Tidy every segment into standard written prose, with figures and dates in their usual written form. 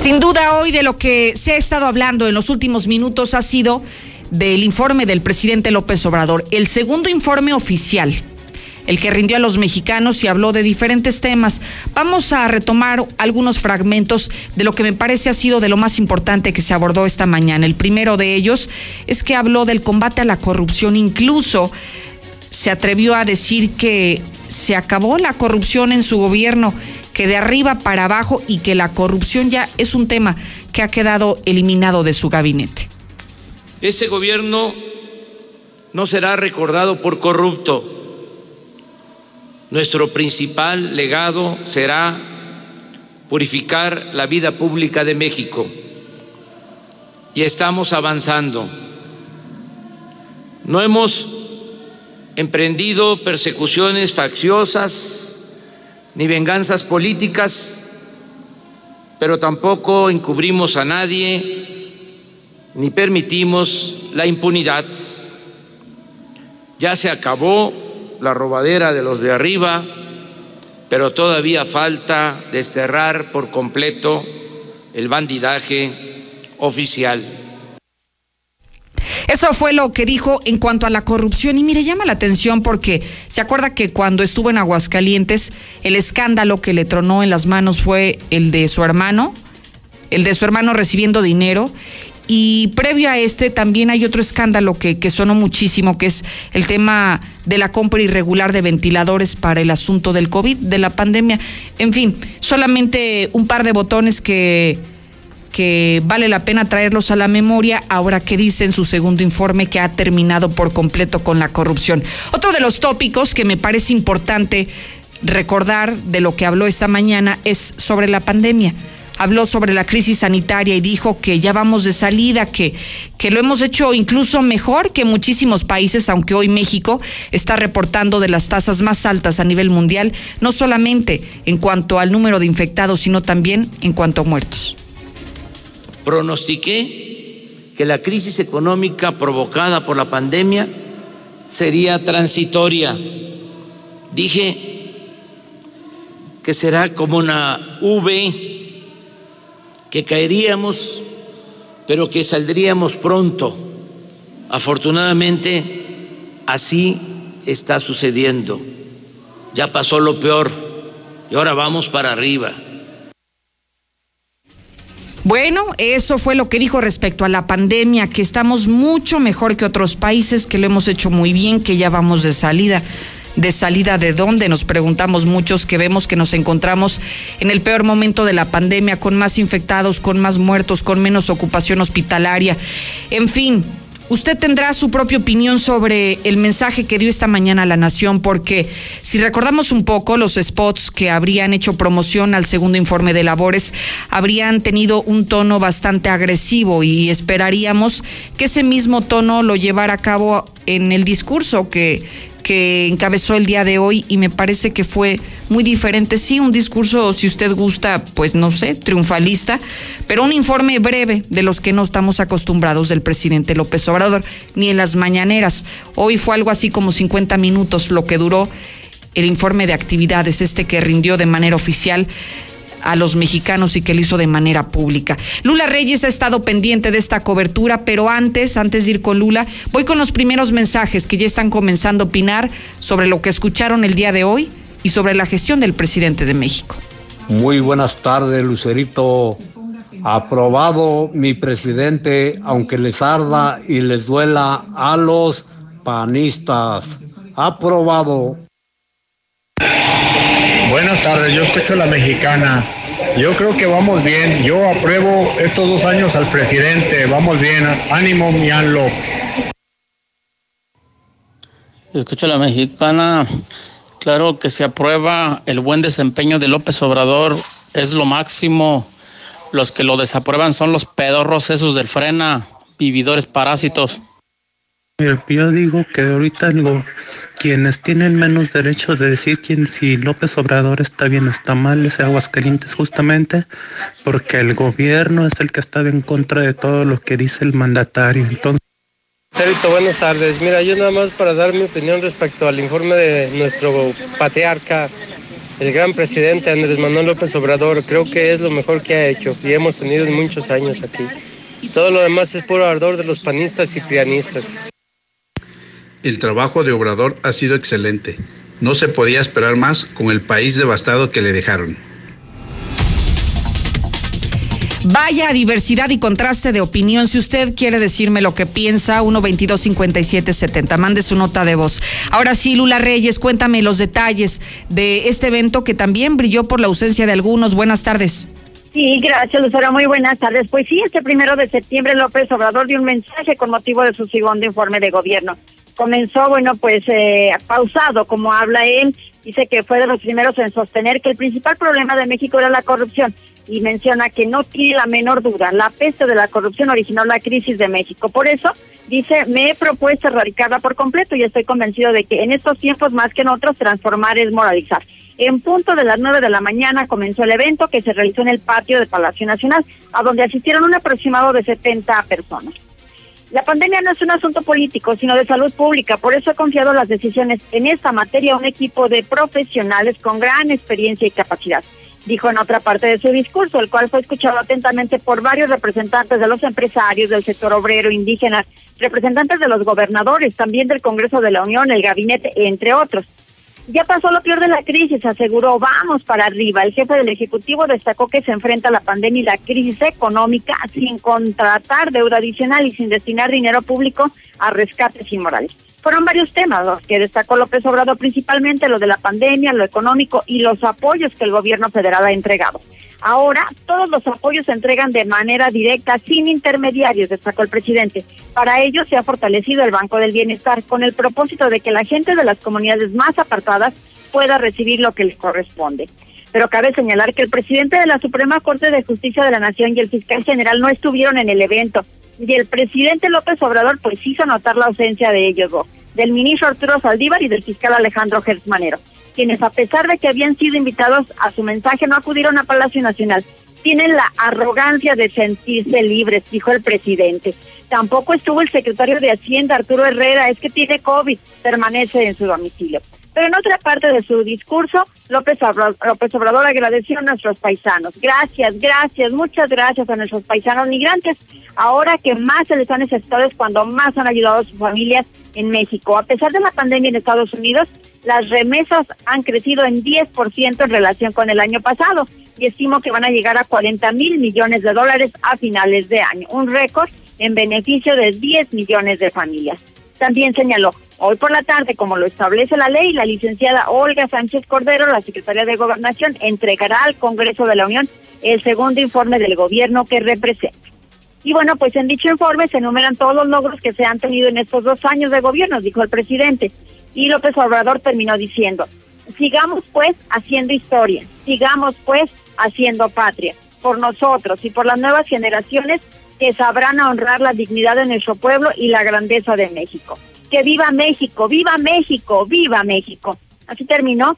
Sin duda hoy de lo que se ha estado hablando en los últimos minutos ha sido del informe del presidente López Obrador, el segundo informe oficial, el que rindió a los mexicanos y habló de diferentes temas. Vamos a retomar algunos fragmentos de lo que me parece ha sido de lo más importante que se abordó esta mañana. El primero de ellos es que habló del combate a la corrupción, incluso se atrevió a decir que se acabó la corrupción en su gobierno, que de arriba para abajo y que la corrupción ya es un tema que ha quedado eliminado de su gabinete. Este gobierno no será recordado por corrupto. Nuestro principal legado será purificar la vida pública de México. Y estamos avanzando. No hemos emprendido persecuciones facciosas ni venganzas políticas, pero tampoco encubrimos a nadie ni permitimos la impunidad. Ya se acabó la robadera de los de arriba, pero todavía falta desterrar por completo el bandidaje oficial. Eso fue lo que dijo en cuanto a la corrupción. Y mire, llama la atención porque se acuerda que cuando estuvo en Aguascalientes, el escándalo que le tronó en las manos fue el de su hermano recibiendo dinero. Y previo a este también hay otro escándalo que sonó muchísimo, que es el tema de la compra irregular de ventiladores para el asunto del COVID, de la pandemia. En fin, solamente un par de botones que vale la pena traerlos a la memoria ahora que dice en su segundo informe que ha terminado por completo con la corrupción. Otro de los tópicos que me parece importante recordar de lo que habló esta mañana es sobre la pandemia. Habló sobre la crisis sanitaria y dijo que ya vamos de salida, que lo hemos hecho incluso mejor que muchísimos países, aunque hoy México está reportando de las tasas más altas a nivel mundial, no solamente en cuanto al número de infectados, sino también en cuanto a muertos. Pronostiqué que la crisis económica provocada por la pandemia sería transitoria. Dije que será como una V, que caeríamos, pero que saldríamos pronto. Afortunadamente, así está sucediendo. Ya pasó lo peor y ahora vamos para arriba. Bueno, eso fue lo que dijo respecto a la pandemia, que estamos mucho mejor que otros países, que lo hemos hecho muy bien, que ya vamos de salida. ¿De salida de dónde? Nos preguntamos muchos, que vemos que nos encontramos en el peor momento de la pandemia, con más infectados, con más muertos, con menos ocupación hospitalaria. En fin, usted tendrá su propia opinión sobre el mensaje que dio esta mañana a la nación, porque si recordamos un poco, los spots que habrían hecho promoción al segundo informe de labores habrían tenido un tono bastante agresivo y esperaríamos que ese mismo tono lo llevara a cabo en el discurso que encabezó el día de hoy, y me parece que fue muy diferente. Sí, un discurso, si usted gusta, pues no sé, triunfalista, pero un informe breve de los que no estamos acostumbrados del presidente López Obrador, ni en las mañaneras. Hoy fue algo así como 50 minutos lo que duró el informe de actividades, que rindió de manera oficial a los mexicanos y que lo hizo de manera pública. Lula Reyes ha estado pendiente de esta cobertura, pero antes de ir con Lula, voy con los primeros mensajes que ya están comenzando a opinar sobre lo que escucharon el día de hoy y sobre la gestión del presidente de México. Muy buenas tardes, Lucerito. Aprobado mi presidente, aunque les arda y les duela a los panistas. Aprobado. Buenas tardes, yo escucho La Mexicana. Yo creo que vamos bien. Yo apruebo estos 2 años al presidente. Vamos bien. Ánimo, mi ANLO. Escucho La Mexicana. Claro que se aprueba el buen desempeño de López Obrador. Es lo máximo. Los que lo desaprueban son los pedorros esos del Frena, vividores parásitos. Yo digo que ahorita quienes tienen menos derecho de decir si López Obrador está bien o está mal es Aguascalientes, justamente porque el gobierno es el que está en contra de todo lo que dice el mandatario. Entonces, Cerito, buenas tardes. Mira, yo nada más para dar mi opinión respecto al informe de nuestro patriarca el gran presidente Andrés Manuel López Obrador. Creo que es lo mejor que ha hecho y hemos tenido muchos años aquí. Todo lo demás es puro ardor de los panistas y prianistas. El trabajo de Obrador ha sido excelente. No se podía esperar más con el país devastado que le dejaron. Vaya diversidad y contraste de opinión. Si usted quiere decirme lo que piensa, 122-5770, mande su nota de voz. Ahora sí, Lula Reyes, cuéntame los detalles de este evento que también brilló por la ausencia de algunos. Buenas tardes. Sí, gracias, Lucero. Muy buenas tardes. Pues sí, este 1 de septiembre López Obrador dio un mensaje con motivo de su segundo informe de gobierno. Comenzó, pausado, como habla él. Dice que fue de los primeros en sostener que el principal problema de México era la corrupción y menciona que no tiene la menor duda. La peste de la corrupción originó la crisis de México. Por eso, dice, me he propuesto erradicarla por completo y estoy convencido de que en estos tiempos, más que en otros, transformar es moralizar. En punto de las 9 de la mañana comenzó el evento que se realizó en el patio de Palacio Nacional, a donde asistieron un aproximado de 70 personas. La pandemia no es un asunto político, sino de salud pública. Por eso he confiado las decisiones en esta materia a un equipo de profesionales con gran experiencia y capacidad, dijo en otra parte de su discurso, el cual fue escuchado atentamente por varios representantes de los empresarios, del sector obrero, indígenas, representantes de los gobernadores, también del Congreso de la Unión, el gabinete, entre otros. Ya pasó lo peor de la crisis, aseguró, vamos para arriba. El jefe del Ejecutivo destacó que se enfrenta a la pandemia y la crisis económica sin contratar deuda adicional y sin destinar dinero público a rescates inmorales. Fueron varios temas los que destacó López Obrador, principalmente lo de la pandemia, lo económico y los apoyos que el gobierno federal ha entregado. Ahora, todos los apoyos se entregan de manera directa, sin intermediarios, destacó el presidente. Para ello se ha fortalecido el Banco del Bienestar con el propósito de que la gente de las comunidades más apartadas pueda recibir lo que les corresponde. Pero cabe señalar que el presidente de la Suprema Corte de Justicia de la Nación y el fiscal general no estuvieron en el evento. Y el presidente López Obrador pues hizo notar la ausencia de ellos dos, del ministro Arturo Saldívar y del fiscal Alejandro Gertz Manero, quienes a pesar de que habían sido invitados a su mensaje no acudieron a Palacio Nacional. Tienen la arrogancia de sentirse libres, dijo el presidente. Tampoco estuvo el secretario de Hacienda, Arturo Herrera, es que tiene COVID, permanece en su domicilio. Pero en otra parte de su discurso, López Obrador agradeció a nuestros paisanos. Gracias, muchas gracias a nuestros paisanos migrantes. Ahora que más se les ha necesitado es cuando más han ayudado a sus familias en México. A pesar de la pandemia en Estados Unidos, las remesas han crecido en 10% en relación con el año pasado y estimo que van a llegar a 40,000 millones de dólares a finales de año, un récord en beneficio de 10 millones de familias. También señaló, hoy por la tarde, como lo establece la ley, la licenciada Olga Sánchez Cordero, la secretaria de Gobernación, entregará al Congreso de la Unión el segundo informe del gobierno que representa. Y bueno, pues en dicho informe se enumeran todos los logros que se han tenido en estos 2 años de gobierno, dijo el presidente. Y López Obrador terminó diciendo, sigamos pues haciendo historia, sigamos pues haciendo patria, por nosotros y por las nuevas generaciones que sabrán honrar la dignidad de nuestro pueblo y la grandeza de México. Que viva México, viva México, viva México. Así terminó,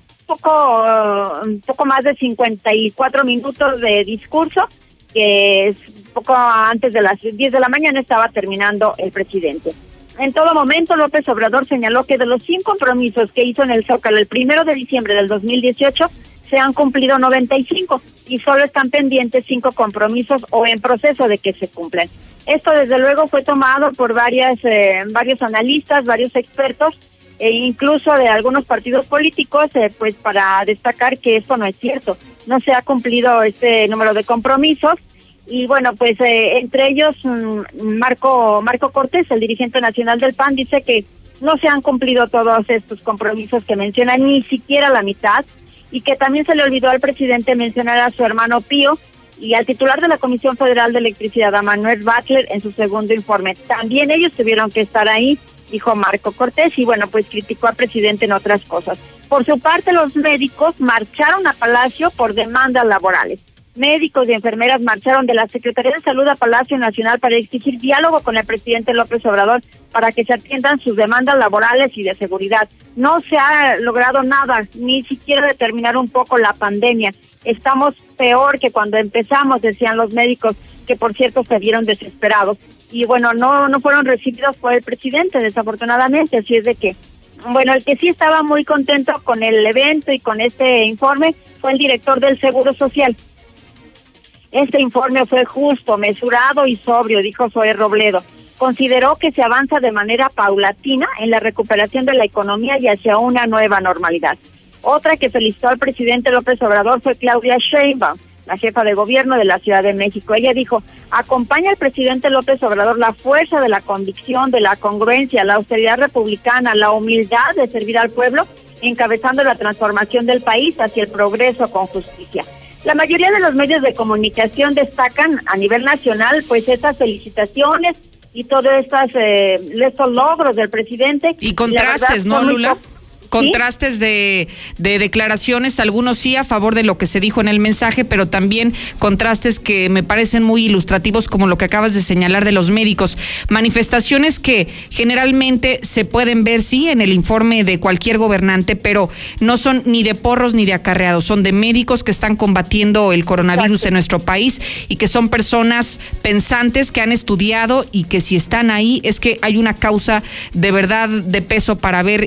poco más de 54 minutos de discurso, que es poco antes de las 10 de la mañana estaba terminando el presidente. En todo momento, López Obrador señaló que de los 100 compromisos que hizo en el Zócalo el 1 de diciembre del 2018, se han cumplido 95 y solo están pendientes 5 compromisos o en proceso de que se cumplan. Esto desde luego fue tomado por varios analistas, varios expertos e incluso de algunos partidos políticos, pues para destacar que esto no es cierto. No se ha cumplido este número de compromisos y bueno, pues entre ellos Marco Cortés, el dirigente nacional del PAN, dice que no se han cumplido todos estos compromisos que mencionan, ni siquiera la mitad, y que también se le olvidó al presidente mencionar a su hermano Pío y al titular de la Comisión Federal de Electricidad, a Manuel Butler, en su segundo informe. También ellos tuvieron que estar ahí, dijo Marco Cortés, y bueno, pues criticó al presidente en otras cosas. Por su parte, los médicos marcharon a Palacio por demandas laborales. Médicos y enfermeras marcharon de la Secretaría de Salud a Palacio Nacional para exigir diálogo con el presidente López Obrador para que se atiendan sus demandas laborales y de seguridad. No se ha logrado nada, ni siquiera determinar un poco la pandemia. Estamos peor que cuando empezamos, decían los médicos, que por cierto se vieron desesperados. Y bueno, no fueron recibidos por el presidente, desafortunadamente, así es de que Bueno, el que sí estaba muy contento con el evento y con este informe fue el director del Seguro Social. Este informe fue justo, mesurado y sobrio, dijo Zoé Robledo. Consideró que se avanza de manera paulatina en la recuperación de la economía y hacia una nueva normalidad. Otra que felicitó al presidente López Obrador fue Claudia Sheinbaum, la jefa de gobierno de la Ciudad de México. Ella dijo, acompaña al presidente López Obrador la fuerza de la convicción, de la congruencia, la austeridad republicana, la humildad de servir al pueblo, encabezando la transformación del país hacia el progreso con justicia. La mayoría de los medios de comunicación destacan a nivel nacional pues estas felicitaciones y todos estos logros del presidente. Y contrastes, ¿no, Lula? Contrastes de declaraciones, algunos sí a favor de lo que se dijo en el mensaje, pero también contrastes que me parecen muy ilustrativos, como lo que acabas de señalar de los médicos. Manifestaciones que generalmente se pueden ver, sí, en el informe de cualquier gobernante, pero no son ni de porros ni de acarreados, son de médicos que están combatiendo el coronavirus en nuestro país y que son personas pensantes que han estudiado y que si están ahí es que hay una causa de verdad de peso para haber,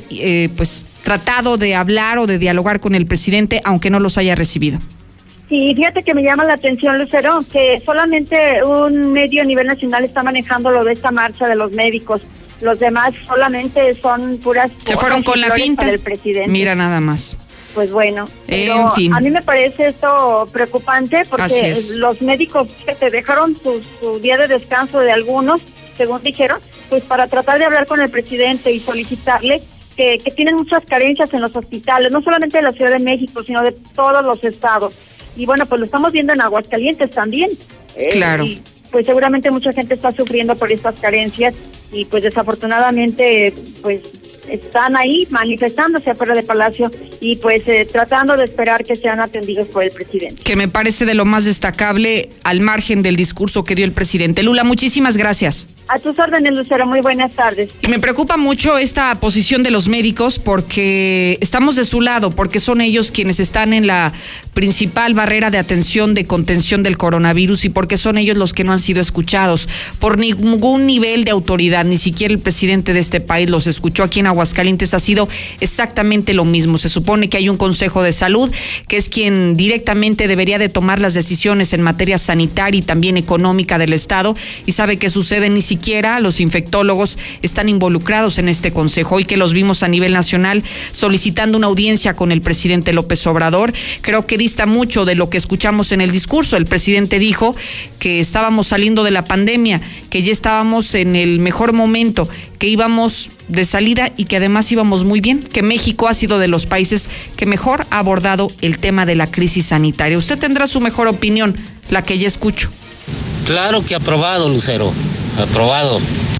tratado de hablar o de dialogar con el presidente, aunque no los haya recibido. Sí, fíjate que me llama la atención, Lucero, que solamente un medio a nivel nacional está manejando lo de esta marcha de los médicos. Los demás solamente son puras... Se fueron con la finta. Del presidente. Mira nada más. Pues bueno, pero en fin. A mí me parece esto preocupante porque los médicos que te dejaron su día de descanso de algunos, según dijeron, pues para tratar de hablar con el presidente y solicitarle que tienen muchas carencias en los hospitales, no solamente de la Ciudad de México, sino de todos los estados. Y bueno, pues lo estamos viendo en Aguascalientes también. Claro. Y pues seguramente mucha gente está sufriendo por estas carencias y pues desafortunadamente pues están ahí manifestándose afuera de Palacio y pues tratando de esperar que sean atendidos por el presidente. Que me parece de lo más destacable al margen del discurso que dio el presidente. Lula, muchísimas gracias. A tus órdenes, Lucero, muy buenas tardes. Y me preocupa mucho esta posición de los médicos porque estamos de su lado, porque son ellos quienes están en la principal barrera de atención, de contención del coronavirus y porque son ellos los que no han sido escuchados por ningún nivel de autoridad, ni siquiera el presidente de este país los escuchó. Aquí en Aguascalientes ha sido exactamente lo mismo. Se supone que hay un Consejo de Salud que es quien directamente debería de tomar las decisiones en materia sanitaria y también económica del Estado y sabe qué sucede, ni siquiera los infectólogos están involucrados en este consejo. Hoy que los vimos a nivel nacional solicitando una audiencia con el presidente López Obrador, creo que dista mucho de lo que escuchamos en el discurso. El presidente dijo que estábamos saliendo de la pandemia, que ya estábamos en el mejor momento, que íbamos de salida y que además íbamos muy bien, que México ha sido de los países que mejor ha abordado el tema de la crisis sanitaria. Usted tendrá su mejor opinión, la que ya escucho. Claro que aprobado, Lucero, aprobado.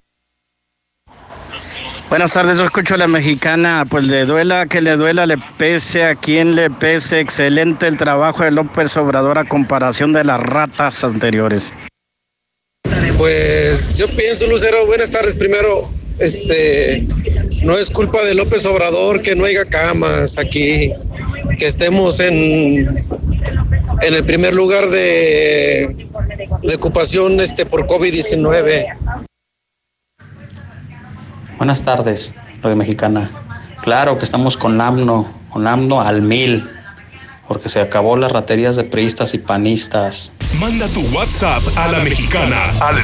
Buenas tardes, yo escucho a la mexicana, pues le duela que le duela, le pese a quien le pese, excelente el trabajo de López Obrador a comparación de las ratas anteriores. Pues yo pienso, Lucero, buenas tardes primero, no es culpa de López Obrador que no haya camas aquí, que estemos en el primer lugar de ocupación por COVID-19. Buenas tardes, Radio Mexicana. Claro que estamos con AMLO al 1000, porque se acabó las raterías de priistas y panistas. Manda tu WhatsApp a La Mexicana al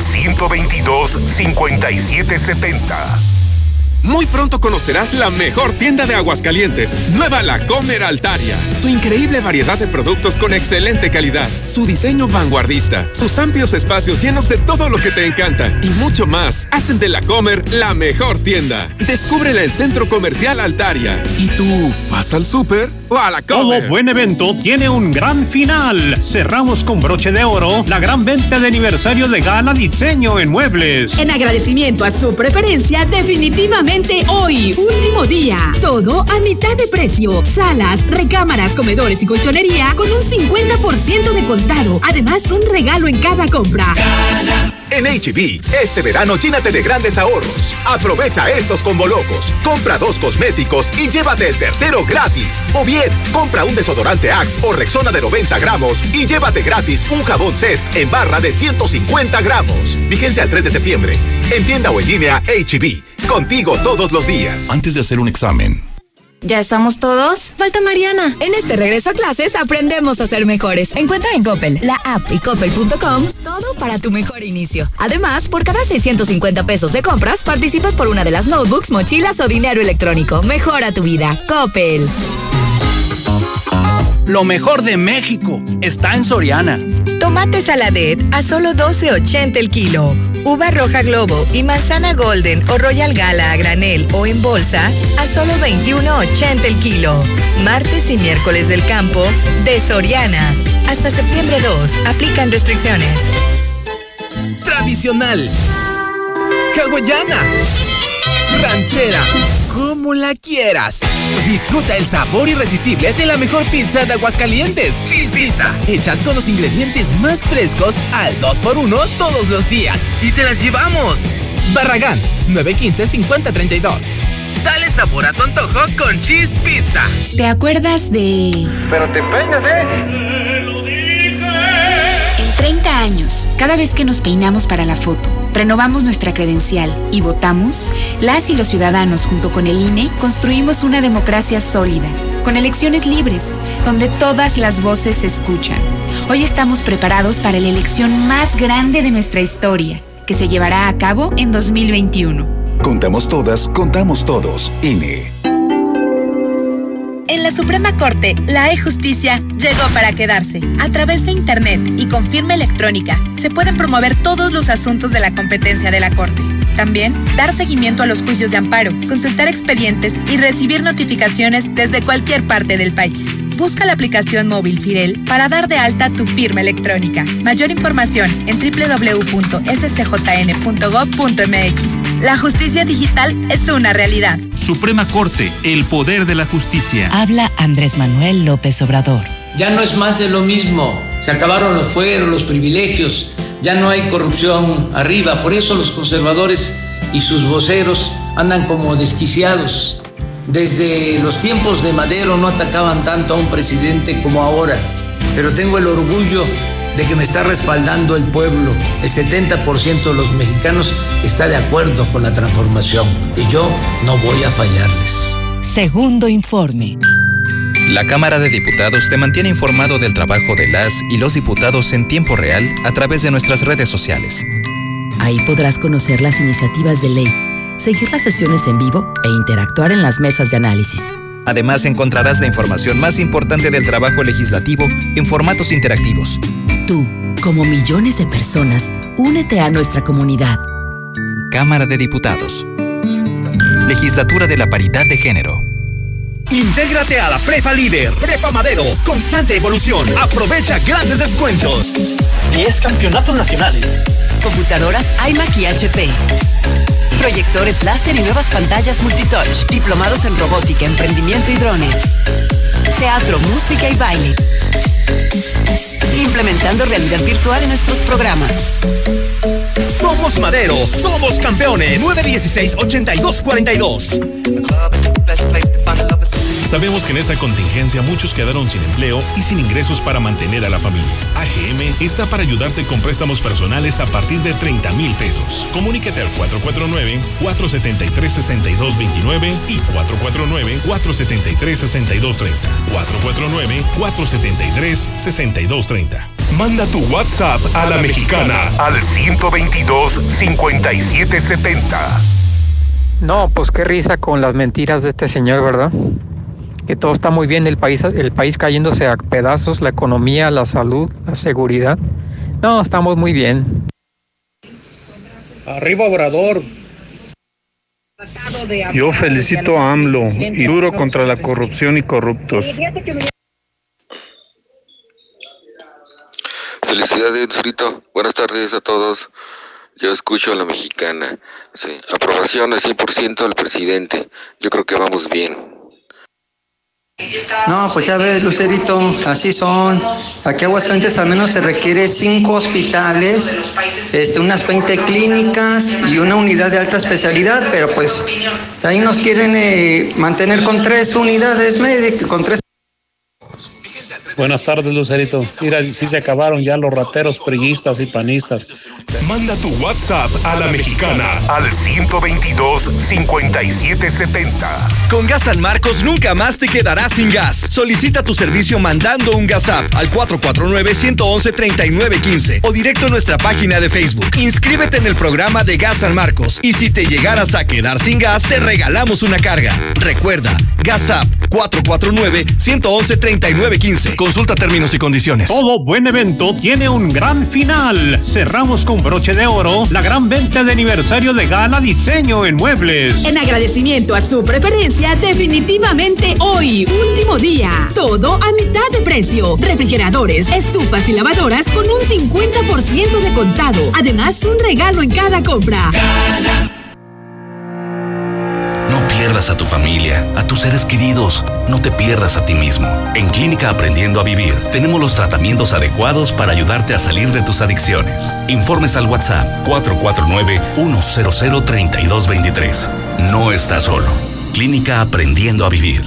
122-5770. Muy pronto conocerás la mejor tienda de Aguascalientes, Nueva La Comer Altaria. Su increíble variedad de productos con excelente calidad, su diseño vanguardista, sus amplios espacios llenos de todo lo que te encanta y mucho más hacen de La Comer la mejor tienda. Descúbrela en el Centro Comercial Altaria. ¿Y tú vas al súper o a La Comer? Todo buen evento tiene un gran final. Cerramos con broche de oro la gran venta de aniversario de Gala Diseño en Muebles. En agradecimiento a su preferencia, definitivamente hoy, último día. Todo a mitad de precio. Salas, recámaras, comedores y colchonería con un 50% de contado. Además, un regalo en cada compra. En H-E-B, este verano llénate de grandes ahorros. Aprovecha estos combo locos. Compra 2 cosméticos y llévate el tercero gratis. O bien, compra un desodorante Axe o Rexona de 90 gramos y llévate gratis un jabón Zest en barra de 150 gramos. Vigencia al 3 de septiembre. En tienda o en línea, H-E-B. Contigo todos los días. Antes de hacer un examen. ¿Ya estamos todos? Falta Mariana. En este regreso a clases aprendemos a ser mejores. Encuentra en Coppel, la app y coppel.com todo para tu mejor inicio. Además, por cada 650 pesos de compras, participas por una de las notebooks, mochilas o dinero electrónico. Mejora tu vida. Coppel. Lo mejor de México está en Soriana. Tomate Saladet a solo $12.80 el kilo. Uva roja Globo y manzana Golden o Royal Gala a granel o en bolsa a solo $21.80 el kilo. Martes y miércoles del campo de Soriana. Hasta septiembre 2. Aplican restricciones. Tradicional. Hawaiana. Ranchera. Como la quieras. Disfruta el sabor irresistible de la mejor pizza de Aguascalientes. Cheese Pizza. Hechas con los ingredientes más frescos al 2x1 todos los días. Y te las llevamos. Barragán, 915-5032. Dale sabor a tu antojo con Cheese Pizza. ¿Te acuerdas de...? Pero te peinas, En 30 años, cada vez que nos peinamos para la foto, renovamos nuestra credencial y votamos, las y los ciudadanos junto con el INE construimos una democracia sólida, con elecciones libres, donde todas las voces se escuchan. Hoy estamos preparados para la elección más grande de nuestra historia, que se llevará a cabo en 2021. Contamos todas, contamos todos. INE. En la Suprema Corte, la e-Justicia llegó para quedarse. A través de Internet y con firma electrónica, se pueden promover todos los asuntos de la competencia de la Corte. También, dar seguimiento a los juicios de amparo, consultar expedientes y recibir notificaciones desde cualquier parte del país. Busca la aplicación móvil Firel para dar de alta tu firma electrónica. Mayor información en www.scjn.gov.mx. La justicia digital es una realidad. Suprema Corte, el poder de la justicia. Habla Andrés Manuel López Obrador. Ya no es más de lo mismo. Se acabaron los fueros, los privilegios. Ya no hay corrupción arriba. Por eso los conservadores y sus voceros andan como desquiciados. Desde los tiempos de Madero no atacaban tanto a un presidente como ahora. Pero tengo el orgullo de que me está respaldando el pueblo. El 70% de los mexicanos está de acuerdo con la transformación y yo no voy a fallarles. Segundo informe. La Cámara de Diputados te mantiene informado del trabajo de las y los diputados en tiempo real a través de nuestras redes sociales. Ahí podrás conocer las iniciativas de ley, seguir las sesiones en vivo e interactuar en las mesas de análisis. Además, encontrarás la información más importante del trabajo legislativo en formatos interactivos. Tú, como millones de personas, únete a nuestra comunidad. Cámara de Diputados. Legislatura de la Paridad de Género. Intégrate a la Prepa Líder, Prepa Madero, constante evolución. Aprovecha grandes descuentos. 10 campeonatos nacionales. Computadoras iMac y HP. Proyectores láser y nuevas pantallas multitouch. Diplomados en robótica, emprendimiento y drones. Teatro, música y baile. Implementando realidad virtual en nuestros programas. Somos Madero, somos campeones. 916-8242. Sabemos que en esta contingencia muchos quedaron sin empleo y sin ingresos para mantener a la familia. AGM está para ayudarte con préstamos personales a partir de 30,000 pesos. Comunícate al 449-473-6229 y 449-473-6230. 449-473-6230. Manda tu WhatsApp a la mexicana al 122-5770. No, pues qué risa con las mentiras de este señor, ¿verdad? Que todo está muy bien, el país cayéndose a pedazos, la economía, la salud, la seguridad. No, estamos muy bien. Arriba Obrador. Yo felicito a AMLO y duro contra la corrupción y corruptos. Felicidades, Frito. Buenas tardes a todos. Yo escucho a la mexicana. Sí, aprobación al 100% al presidente. Yo creo que vamos bien. No, pues ya ves, Lucerito, así son. Aquí en Aguascalientes al menos se requiere 5 hospitales, unas 20 clínicas y una unidad de alta especialidad, pero pues ahí nos quieren mantener con 3 unidades médicas, con 3. Buenas tardes, Lucerito. Mira, sí se acabaron ya los rateros priistas y panistas. Manda tu WhatsApp a la mexicana al 122-5770. Con Gas San Marcos nunca más te quedarás sin gas. Solicita tu servicio mandando un GasApp al 449-111-3915 o directo a nuestra página de Facebook. Inscríbete en el programa de Gas San Marcos y si te llegaras a quedar sin gas, te regalamos una carga. Recuerda, GasApp 449-111-3915. Consulta términos y condiciones. Todo buen evento tiene un gran final. Cerramos con broche de oro la gran venta de aniversario de Gala Diseño en Muebles. En agradecimiento a su preferencia, definitivamente hoy, último día. Todo a mitad de precio. Refrigeradores, estufas y lavadoras con un 50% de contado. Además, un regalo en cada compra. Gala. No pierdas a tu familia, a tus seres queridos. No te pierdas a ti mismo. En Clínica Aprendiendo a Vivir tenemos los tratamientos adecuados para ayudarte a salir de tus adicciones. Informes al WhatsApp 449-100-3223. No estás solo. Clínica Aprendiendo a Vivir.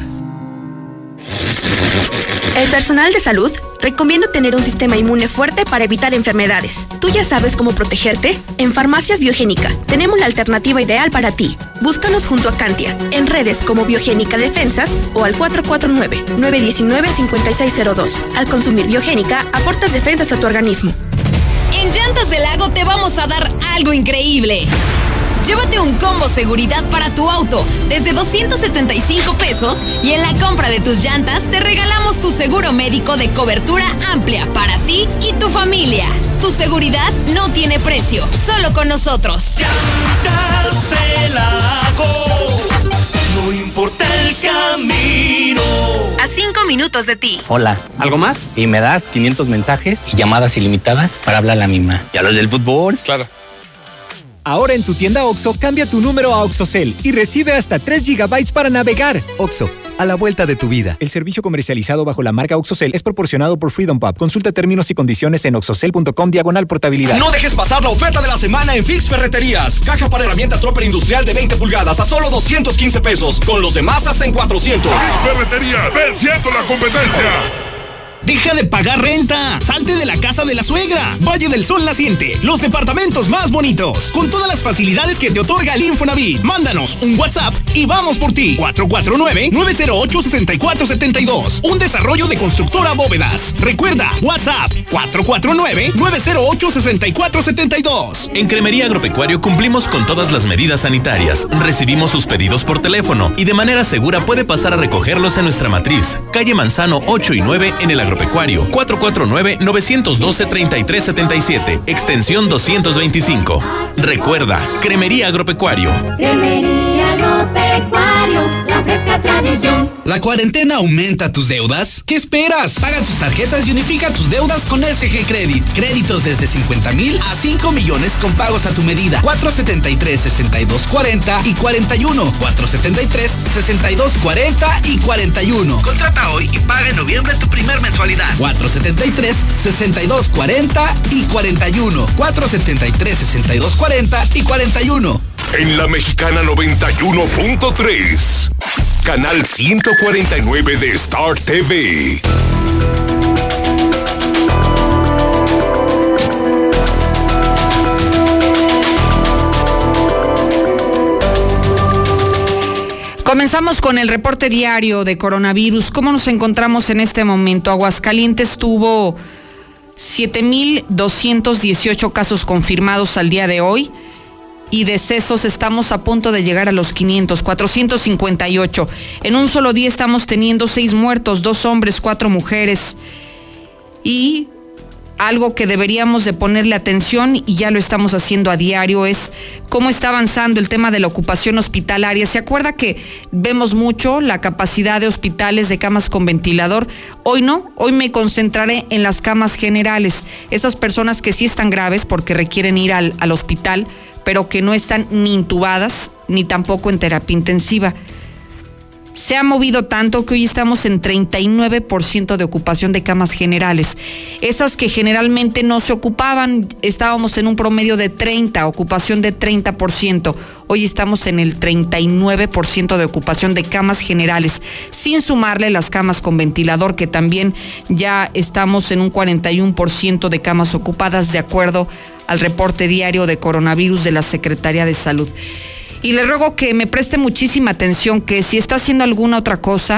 El personal de salud recomienda tener un sistema inmune fuerte para evitar enfermedades. ¿Tú ya sabes cómo protegerte? En Farmacias Biogénica tenemos la alternativa ideal para ti. Búscanos junto a Cantia, en redes como Biogénica Defensas o al 449-919-5602. Al consumir Biogénica, aportas defensas a tu organismo. En Llantas del Lago te vamos a dar algo increíble. Llévate un combo seguridad para tu auto desde 275 pesos y en la compra de tus llantas te regalamos tu seguro médico de cobertura amplia para ti y tu familia. Tu seguridad no tiene precio, solo con nosotros. Llantas del Lago, no importa el camino. A 5 minutos de ti. Hola, ¿algo más? Y me das 500 mensajes y llamadas ilimitadas para hablar a la misma. ¿Y a los del fútbol? Claro. Ahora en tu tienda OXXO, cambia tu número a OXXOCEL y recibe hasta 3 GB para navegar. OXXO, a la vuelta de tu vida. El servicio comercializado bajo la marca OXXOCEL es proporcionado por Freedom Pub. Consulta términos y condiciones en oxxocel.com/portabilidad. No dejes pasar la oferta de la semana en Fix Ferreterías. Caja para herramienta Tropper industrial de 20 pulgadas a solo 215 pesos. Con los demás hasta en 400. Fix Ferreterías, venciendo la competencia. Deja de pagar renta. Salte de la casa de la suegra. Valle del Sol Naciente. Los departamentos más bonitos. Con todas las facilidades que te otorga el Infonavit. Mándanos un WhatsApp y vamos por ti. 449-908-6472. Un desarrollo de Constructora Bóvedas. Recuerda, WhatsApp 449-908-6472. En Cremería Agropecuario cumplimos con todas las medidas sanitarias. Recibimos sus pedidos por teléfono y de manera segura puede pasar a recogerlos en nuestra matriz. Calle Manzano 8 y 9 en el Agropecuario. 449-912-3377, extensión 225. Recuerda, Cremería Agropecuario. Cremería Agropecuario, la fresca tradición. ¿La cuarentena aumenta tus deudas? ¿Qué esperas? Paga tus tarjetas y unifica tus deudas con SG Credit. Créditos desde 50,000 a 5 millones con pagos a tu medida. 473-6240 y 41. 473-6240 y 41. Contrata hoy y paga en noviembre tu primer mensualidad. 473-6240 y 41. 473-6240 y 41. En la Mexicana 91.3, canal 149 de Star TV. Comenzamos con el reporte diario de coronavirus. ¿Cómo nos encontramos en este momento? Aguascalientes tuvo 7,218 casos confirmados al día de hoy y decesos estamos a punto de llegar a los 500, 458. En un solo día estamos teniendo 6 muertos, 2 hombres, 4 mujeres. Y algo que deberíamos de ponerle atención, y ya lo estamos haciendo a diario, es cómo está avanzando el tema de la ocupación hospitalaria. ¿Se acuerda que vemos mucho la capacidad de hospitales de camas con ventilador? Hoy no, hoy me concentraré en las camas generales. Esas personas que sí están graves porque requieren ir al hospital, pero que no están ni intubadas ni tampoco en terapia intensiva. Se ha movido tanto que hoy estamos en 39% de ocupación de camas generales. Esas que generalmente no se ocupaban, estábamos en un promedio de 30, ocupación de 30%. Hoy estamos en el 39% de ocupación de camas generales, sin sumarle las camas con ventilador, que también ya estamos en un 41% de camas ocupadas, de acuerdo al reporte diario de coronavirus de la Secretaría de Salud. Y le ruego que me preste muchísima atención, que si está haciendo alguna otra cosa,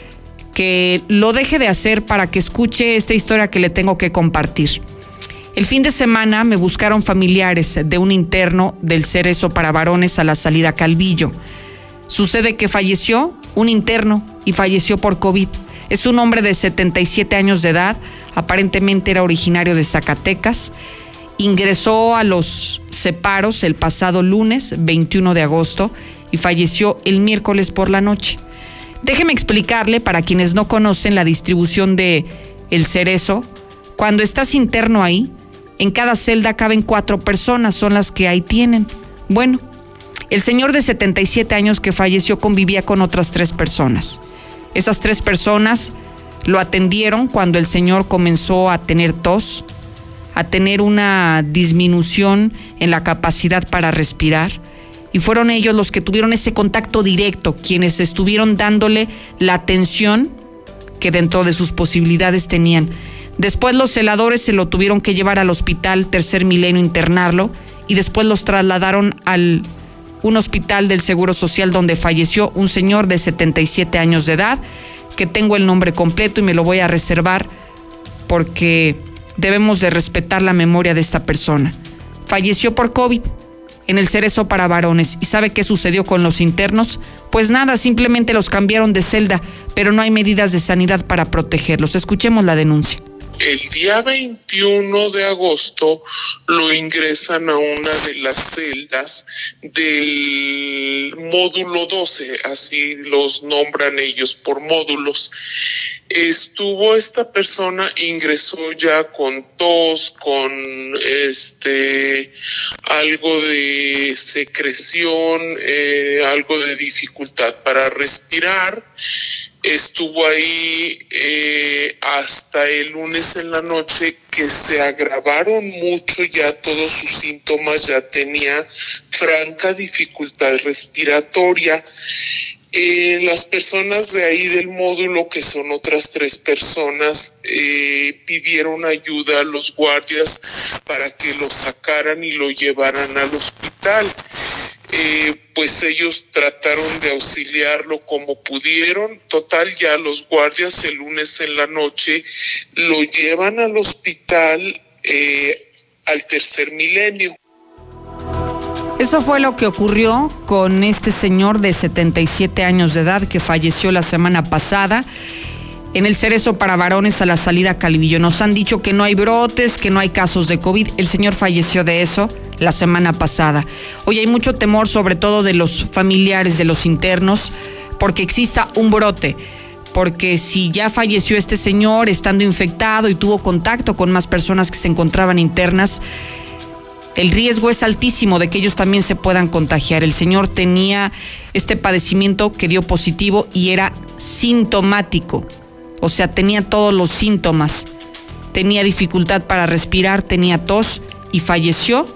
que lo deje de hacer para que escuche esta historia que le tengo que compartir. El fin de semana me buscaron familiares de un interno del Cerezo para varones a la salida Calvillo. Sucede que falleció un interno y falleció por COVID. Es un hombre de 77 años de edad, aparentemente era originario de Zacatecas. Ingresó a los separos el pasado lunes 21 de agosto y falleció el miércoles por la noche. Déjeme explicarle, para quienes no conocen la distribución de El Cerezo, cuando estás interno ahí, en cada celda caben 4 personas, son las que ahí tienen. Bueno, el señor de 77 años que falleció convivía con otras 3 personas. Esas 3 personas lo atendieron cuando el señor comenzó a tener tos, a tener una disminución en la capacidad para respirar, y fueron ellos los que tuvieron ese contacto directo, quienes estuvieron dándole la atención que dentro de sus posibilidades tenían. Después los celadores se lo tuvieron que llevar al hospital Tercer Milenio, internarlo, y después los trasladaron al un hospital del Seguro Social, donde falleció un señor de 77 años de edad, que tengo el nombre completo y me lo voy a reservar porque debemos de respetar la memoria de esta persona. Falleció por COVID en el Cerezo para varones. ¿Y sabe qué sucedió con los internos? Pues nada, simplemente los cambiaron de celda, pero no hay medidas de sanidad para protegerlos. Escuchemos la denuncia. El día 21 de agosto lo ingresan a una de las celdas del módulo 12, así los nombran ellos por módulos. Estuvo esta persona, ingresó ya con tos, con algo de secreción, algo de dificultad para respirar. Estuvo ahí hasta el lunes en la noche, que se agravaron mucho ya todos sus síntomas, ya tenía franca dificultad respiratoria. Las personas de ahí del módulo, que son otras 3 personas, pidieron ayuda a los guardias para que lo sacaran y lo llevaran al hospital. Pues ellos trataron de auxiliarlo como pudieron. Total, ya los guardias el lunes en la noche lo llevan al hospital, al Tercer Milenio. Eso fue lo que ocurrió con este señor de 77 años de edad que falleció la semana pasada en el Cerezo para varones a la salida Calvillo. Nos han dicho que no hay brotes, que no hay casos de COVID. El señor falleció de eso la semana pasada. Hoy hay mucho temor, sobre todo de los familiares de los internos, porque exista un brote. Porque si ya falleció este señor estando infectado y tuvo contacto con más personas que se encontraban internas, el riesgo es altísimo de que ellos también se puedan contagiar. El señor tenía este padecimiento que dio positivo y era sintomático. O sea, tenía todos los síntomas. Tenía dificultad para respirar, tenía tos y falleció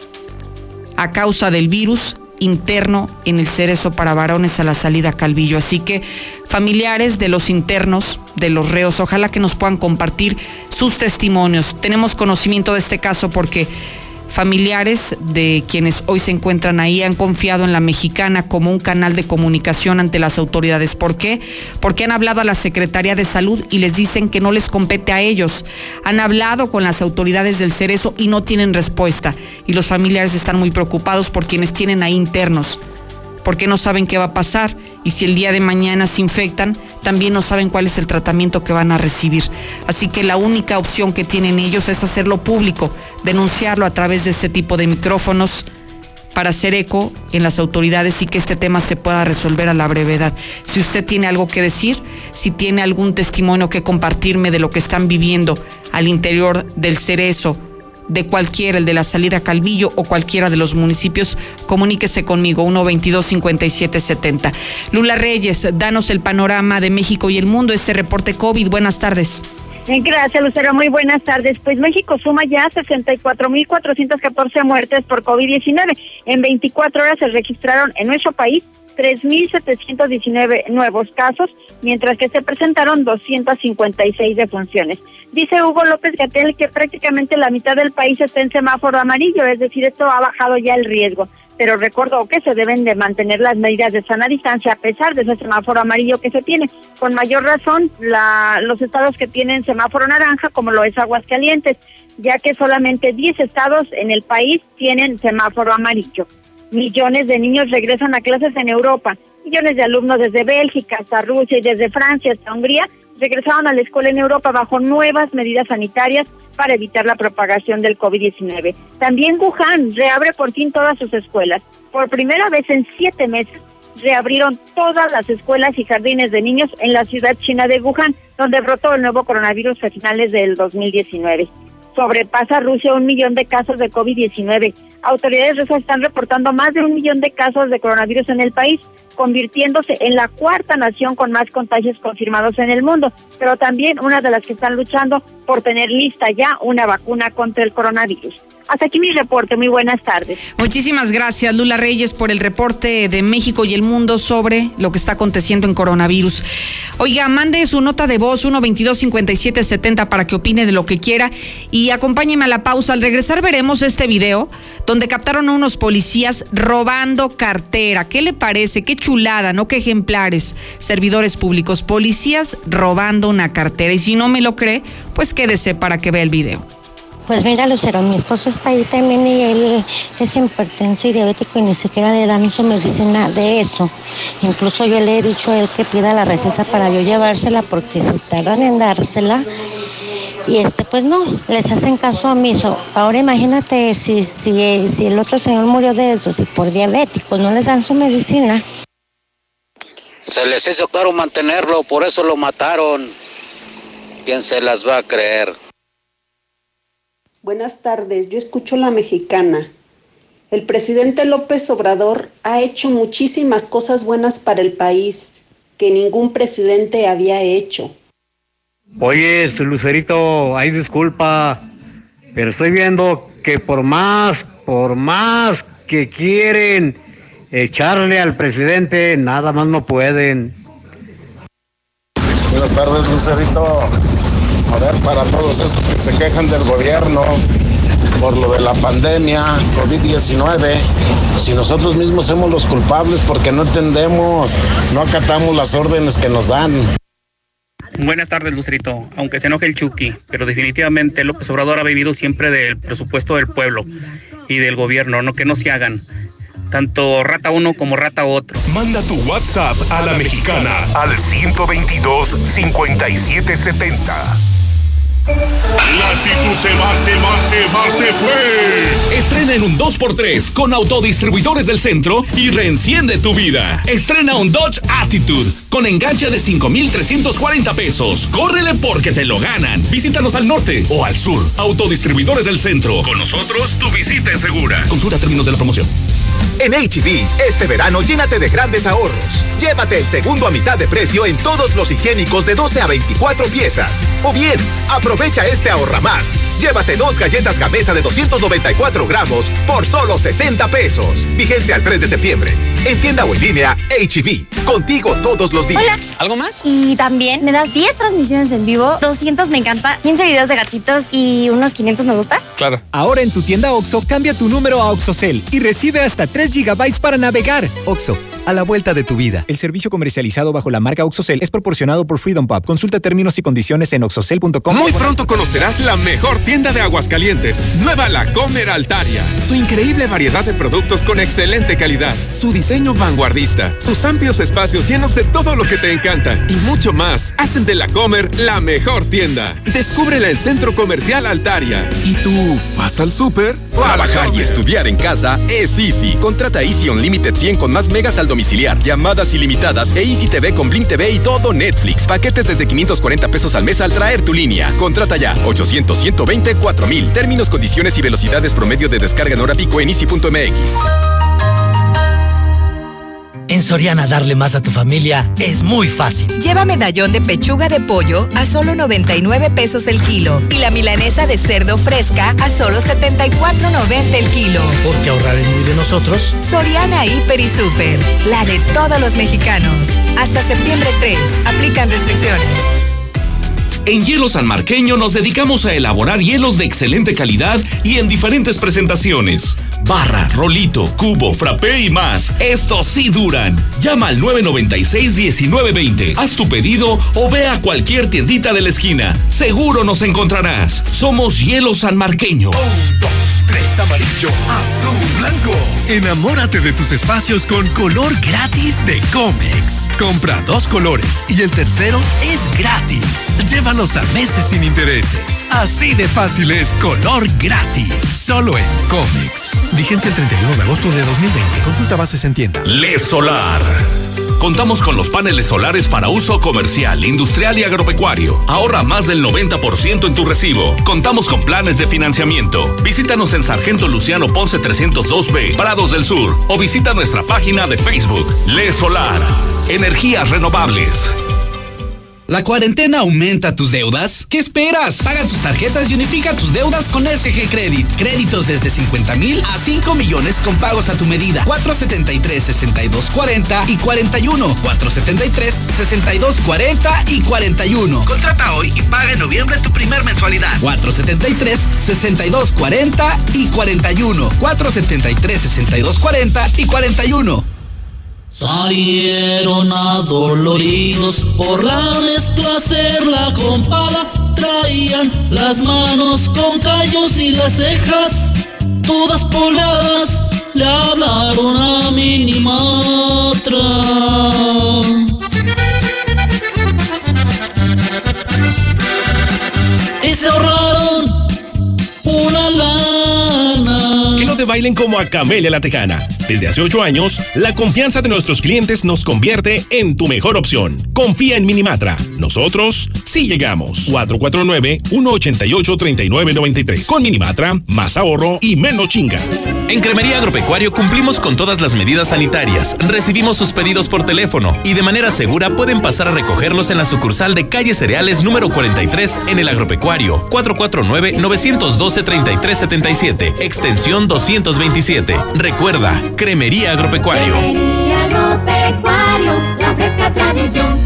a causa del virus interno en el Cerezo para varones a la salida Calvillo. Así que familiares de los internos, de los reos, ojalá que nos puedan compartir sus testimonios. Tenemos conocimiento de este caso porque familiares de quienes hoy se encuentran ahí han confiado en La Mexicana como un canal de comunicación ante las autoridades. ¿Por qué? Porque han hablado a la Secretaría de Salud y les dicen que no les compete a ellos. Han hablado con las autoridades del Cerezo y no tienen respuesta. Y los familiares están muy preocupados por quienes tienen ahí internos, porque no saben qué va a pasar. Y si el día de mañana se infectan, también no saben cuál es el tratamiento que van a recibir. Así que la única opción que tienen ellos es hacerlo público, denunciarlo a través de este tipo de micrófonos para hacer eco en las autoridades y que este tema se pueda resolver a la brevedad. Si usted tiene algo que decir, si tiene algún testimonio que compartirme de lo que están viviendo al interior del Cerezo de cualquiera, el de la salida a Calvillo o cualquiera de los municipios, comuníquese conmigo, 122-5770. Lula Reyes, danos el panorama de México y el mundo, este reporte COVID. Buenas tardes. Gracias, Lucero. Muy buenas tardes. Pues México suma ya 64,414 muertes por COVID-19. En 24 horas se registraron en nuestro país 3,719 nuevos casos, mientras que se presentaron 256 defunciones. Dice Hugo López-Gatell que prácticamente la mitad del país está en semáforo amarillo, es decir, esto ha bajado ya el riesgo. Pero recordó que se deben de mantener las medidas de sana distancia a pesar de ese semáforo amarillo que se tiene. Con mayor razón, los estados que tienen semáforo naranja, como lo es Aguascalientes, ya que solamente 10 estados en el país tienen semáforo amarillo. Millones de niños regresan a clases en Europa. Millones de alumnos desde Bélgica hasta Rusia y desde Francia hasta Hungría regresaron a la escuela en Europa bajo nuevas medidas sanitarias para evitar la propagación del COVID-19. También Wuhan reabre por fin todas sus escuelas. Por primera vez en 7 meses reabrieron todas las escuelas y jardines de niños en la ciudad china de Wuhan, donde brotó el nuevo coronavirus a finales del 2019. Sobrepasa Rusia 1 millón de casos de COVID-19. Autoridades rusas están reportando más de 1 millón de casos de coronavirus en el país, convirtiéndose en la 4ª nación con más contagios confirmados en el mundo, pero también una de las que están luchando por tener lista ya una vacuna contra el coronavirus. Hasta aquí mi reporte. Muy buenas tardes. Muchísimas gracias, Lula Reyes, por el reporte de México y el mundo sobre lo que está aconteciendo en coronavirus. Oiga, mande su nota de voz 122-5770 para que opine de lo que quiera y acompáñeme a la pausa. Al regresar veremos este video donde captaron a unos policías robando cartera. ¿Qué le parece? Qué chulada, ¿no? Qué ejemplares, servidores públicos, policías robando una cartera. Y si no me lo cree, pues quédese para que vea el video. Pues mira, Lucero, mi esposo está ahí también y él es hipertenso y diabético y ni siquiera le dan su medicina de eso. Incluso yo le he dicho a él que pida la receta para yo llevársela porque se tardan en dársela y pues no, les hacen caso omiso. Ahora imagínate si el otro señor murió de eso, si por diabético no les dan su medicina. Se les hizo caro mantenerlo, por eso lo mataron. ¿Quién se las va a creer? Buenas tardes, yo escucho La Mexicana. El presidente López Obrador ha hecho muchísimas cosas buenas para el país que ningún presidente había hecho. Oye, Lucerito, ay, disculpa, pero estoy viendo que por más que quieren echarle al presidente, nada más no pueden. Buenas tardes, Lucerito. A ver, para todos esos que se quejan del gobierno por lo de la pandemia, COVID-19, si nosotros mismos somos los culpables porque no entendemos, no acatamos las órdenes que nos dan. Buenas tardes, Lucerito. Aunque se enoje el Chucky, pero definitivamente López Obrador ha vivido siempre del presupuesto del pueblo y del gobierno, no que no se hagan. Tanto rata uno como rata otro. Manda tu WhatsApp a La Mexicana al 122-5770. Latitud se fue. Estrena en un 2x3 con Autodistribuidores del Centro y reenciende tu vida. Estrena un Dodge Attitude con enganche de 5,340 pesos. Córrele porque te lo ganan. Visítanos al norte o al sur. Autodistribuidores del Centro. Con nosotros tu visita es segura. Consulta términos de la promoción. En H-B, este verano llénate de grandes ahorros. Llévate el segundo a mitad de precio en todos los higiénicos de 12 a 24 piezas. O bien, aprovecha este ahorra más. Llévate 2 galletas Gamesa de 294 gramos por solo 60 pesos. Vigencia al 3 de septiembre. En tienda o en línea, H-B. Contigo todos los días. Hola. ¿Algo más? Y también me das 10 transmisiones en vivo, 200 me encanta, 15 videos de gatitos y unos 500 me gusta. Claro. Ahora en tu tienda OXXO, cambia tu número a OXXOCEL y recibe hasta 3 GB para navegar. OXXO, a la vuelta de tu vida. El servicio comercializado bajo la marca OXXOCEL es proporcionado por Freedom Pub. Consulta términos y condiciones en oxxocel.com. Muy pronto conocerás la mejor tienda de Aguascalientes, Nueva La Comer Altaria. Su increíble variedad de productos con excelente calidad, su diseño vanguardista, sus amplios espacios llenos de todo lo que te encanta y mucho más hacen de La Comer la mejor tienda. Descúbrela en Centro Comercial Altaria. ¿Y tú vas al súper? Trabajar y estudiar en casa es easy. Contrata Easy Unlimited 100 con más megas al domiciliar, llamadas ilimitadas e Easy TV con Blim TV y todo Netflix. Paquetes desde 540 pesos al mes al traer tu línea. Contrata ya 800-120-4000. Términos, condiciones y velocidades promedio de descarga en hora pico en easy.mx. En Soriana, darle más a tu familia es muy fácil. Lleva medallón de pechuga de pollo a solo 99 pesos el kilo y la milanesa de cerdo fresca a solo 74.90 el kilo. Porque ahorrar es muy de nosotros. Soriana Hiper y Super, la de todos los mexicanos. Hasta septiembre 3, aplican restricciones. En Hielo Sanmarqueño nos dedicamos a elaborar hielos de excelente calidad y en diferentes presentaciones. Barra, rolito, cubo, frappé y más. Estos sí duran. Llama al 996-1920. Haz tu pedido o ve a cualquier tiendita de la esquina. Seguro nos encontrarás. Somos Hielo Sanmarqueño. 1, 2, 3, amarillo, azul, blanco. Enamórate de tus espacios con color gratis de Comex. Compra 2 colores y el tercero es gratis. Llévalos a meses sin intereses. Así de fácil es color gratis. Solo en Comex. Vigencia el 31 de agosto de 2020. Consulta bases en tienda. Le Solar. Contamos con los paneles solares para uso comercial, industrial y agropecuario. Ahorra más del 90% en tu recibo. Contamos con planes de financiamiento. Visítanos en Sargento Luciano Ponce 302B, Prados del Sur, o visita nuestra página de Facebook. Le Solar. Energías renovables. ¿La cuarentena aumenta tus deudas? ¿Qué esperas? Paga tus tarjetas y unifica tus deudas con SG Credit. Créditos desde 50,000 a 5 millones con pagos a tu medida. 473-6240 y 41. 473-6240 y 41. Contrata hoy y paga en noviembre tu primer mensualidad. 473-6240 y 41. 473-6240 y 41. Salieron adoloridos por la mezcla hacerla con pala. Traían las manos con callos y las cejas todas polvadas. Le hablaron a Minimatra y se ahorraron una lana. Que no te bailen como a Camelia La Tejana. Desde hace 8 años, la confianza de nuestros clientes nos convierte en tu mejor opción. Confía en Minimatra. Nosotros sí llegamos. 449-188-3993. Con Minimatra, más ahorro y menos chinga. En Cremería Agropecuario cumplimos con todas las medidas sanitarias. Recibimos sus pedidos por teléfono y de manera segura pueden pasar a recogerlos en la sucursal de Calle Cereales número 43 en el Agropecuario. 449-912-3377. Extensión 227. Recuerda, Cremería Agropecuario. Cremería Agropecuario, la fresca tradición.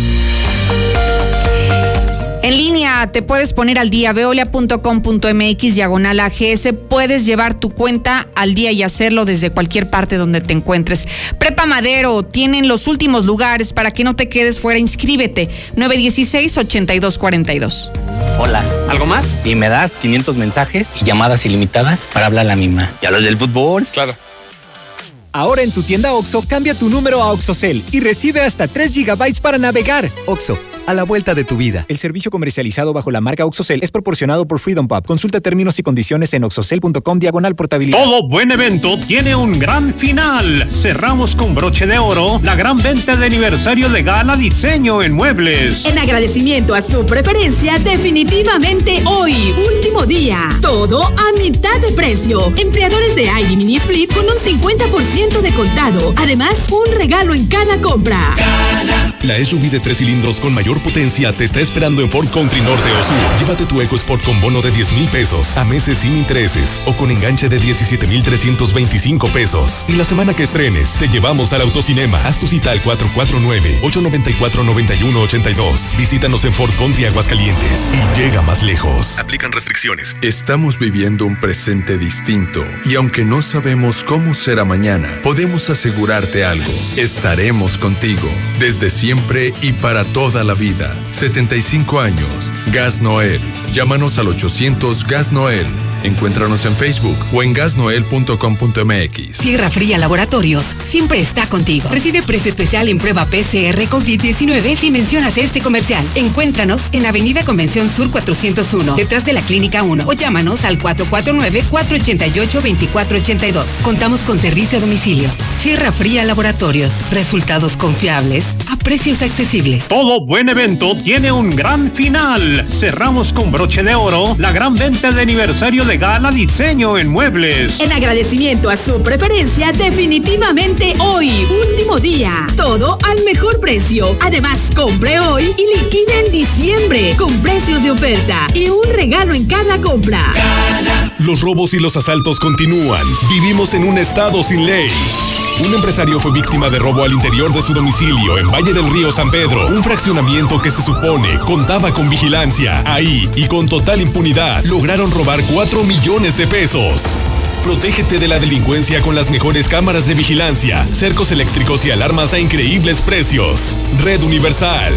En línea te puedes poner al día, veolia.com.mx/AGS. Puedes llevar tu cuenta al día y hacerlo desde cualquier parte donde te encuentres. Prepa Madero, tienen los últimos lugares para que no te quedes fuera. Inscríbete, 916-8242. Hola. ¿Algo más? Y me das 500 mensajes y llamadas ilimitadas para hablar a la misma. ¿Y a los del fútbol? Claro. Ahora en tu tienda OXXO, cambia tu número a OXXOCEL y recibe hasta 3 GB para navegar. OXXO, a la vuelta de tu vida. El servicio comercializado bajo la marca OXXOCEL es proporcionado por Freedom Pub. Consulta términos y condiciones en oxxocel.com/portabilidad. Todo buen evento tiene un gran final. Cerramos con broche de oro la gran venta de aniversario de Gala Diseño en Muebles. En agradecimiento a su preferencia, definitivamente hoy, último día. Todo a mitad de precio. Empleadores de Audi Mini Split con un 50% de contado. Además, un regalo en cada compra. La SUV de 3 cilindros con mayor potencia te está esperando en Ford Country Norte o Sur. Llévate tu EcoSport con bono de 10,000 pesos a meses sin intereses o con enganche de 17,325 pesos. Y la semana que estrenes, te llevamos al Autocinema. Haz tu cita al 449-894-9182. Visítanos en Ford Country Aguascalientes y llega más lejos. Aplican restricciones. Estamos viviendo un presente distinto y aunque no sabemos cómo será mañana, podemos asegurarte algo. Estaremos contigo. Desde siempre siempre y para toda la vida. 75 años. Gas Noel. Llámanos al 800 Gas Noel. Encuéntranos en Facebook o en gasnoel.com.mx. Sierra Fría Laboratorios siempre está contigo. Recibe precio especial en prueba PCR COVID-19 si mencionas este comercial. Encuéntranos en Avenida Convención Sur 401, detrás de la Clínica 1, o llámanos al 449-488-2482. Contamos con servicio a domicilio. Sierra Fría Laboratorios. Resultados confiables a precios accesibles. Todo buen evento tiene un gran final. Cerramos con broche de oro la gran venta de aniversario de Gala Diseño en Muebles. En agradecimiento a su preferencia, definitivamente hoy, último día. Todo al mejor precio. Además, compre hoy y liquide en diciembre con precios de oferta y un regalo en cada compra. Los robos y los asaltos continúan. Vivimos en un estado sin ley. Un empresario fue víctima de robo al interior de su domicilio en Valle del Río San Pedro, un fraccionamiento que se supone contaba con vigilancia. Ahí, y con total impunidad, lograron robar 4 millones de pesos. Protégete de la delincuencia con las mejores cámaras de vigilancia, cercos eléctricos y alarmas a increíbles precios. Red Universal,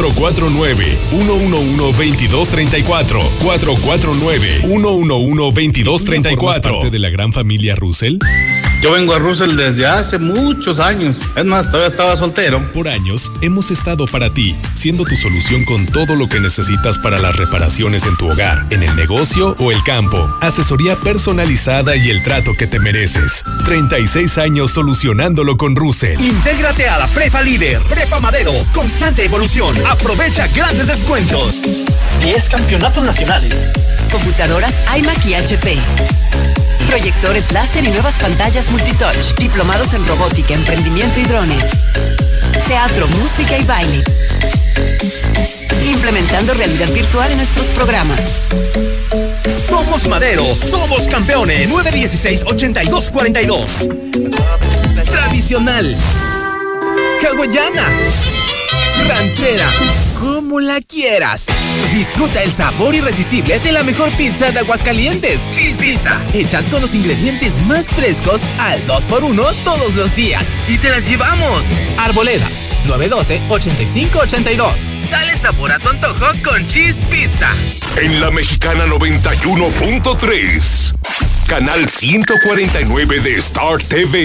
449-111-2234. 449-111-2234. ¿Parte de la gran familia Russell? Yo vengo a Russell desde hace muchos años. Es más, todavía estaba soltero. Por años hemos estado para ti, siendo tu solución con todo lo que necesitas para las reparaciones en tu hogar, en el negocio o el campo. Asesoría personalizada y el trato que te mereces. 36 años solucionándolo con Russell. Intégrate a la Prepa Líder, Prepa Madero, constante evolución. Aprovecha grandes descuentos. 10 campeonatos nacionales. Computadoras iMac y HP. Proyectores láser y nuevas pantallas multitouch. Diplomados en robótica, emprendimiento y drones. Teatro, música y baile. Implementando realidad virtual en nuestros programas. Somos Madero, somos campeones. 916-8242. Tradicional. Hawaiana. Ranchera. Como la quieras. Disfruta el sabor irresistible de la mejor pizza de Aguascalientes. Cheese Pizza. Hechas con los ingredientes más frescos al 2x1 todos los días. Y te las llevamos. Arboledas, 912-8582. Dale sabor a tu antojo con Cheese Pizza. En la Mexicana 91.3. Canal 149 de Star TV.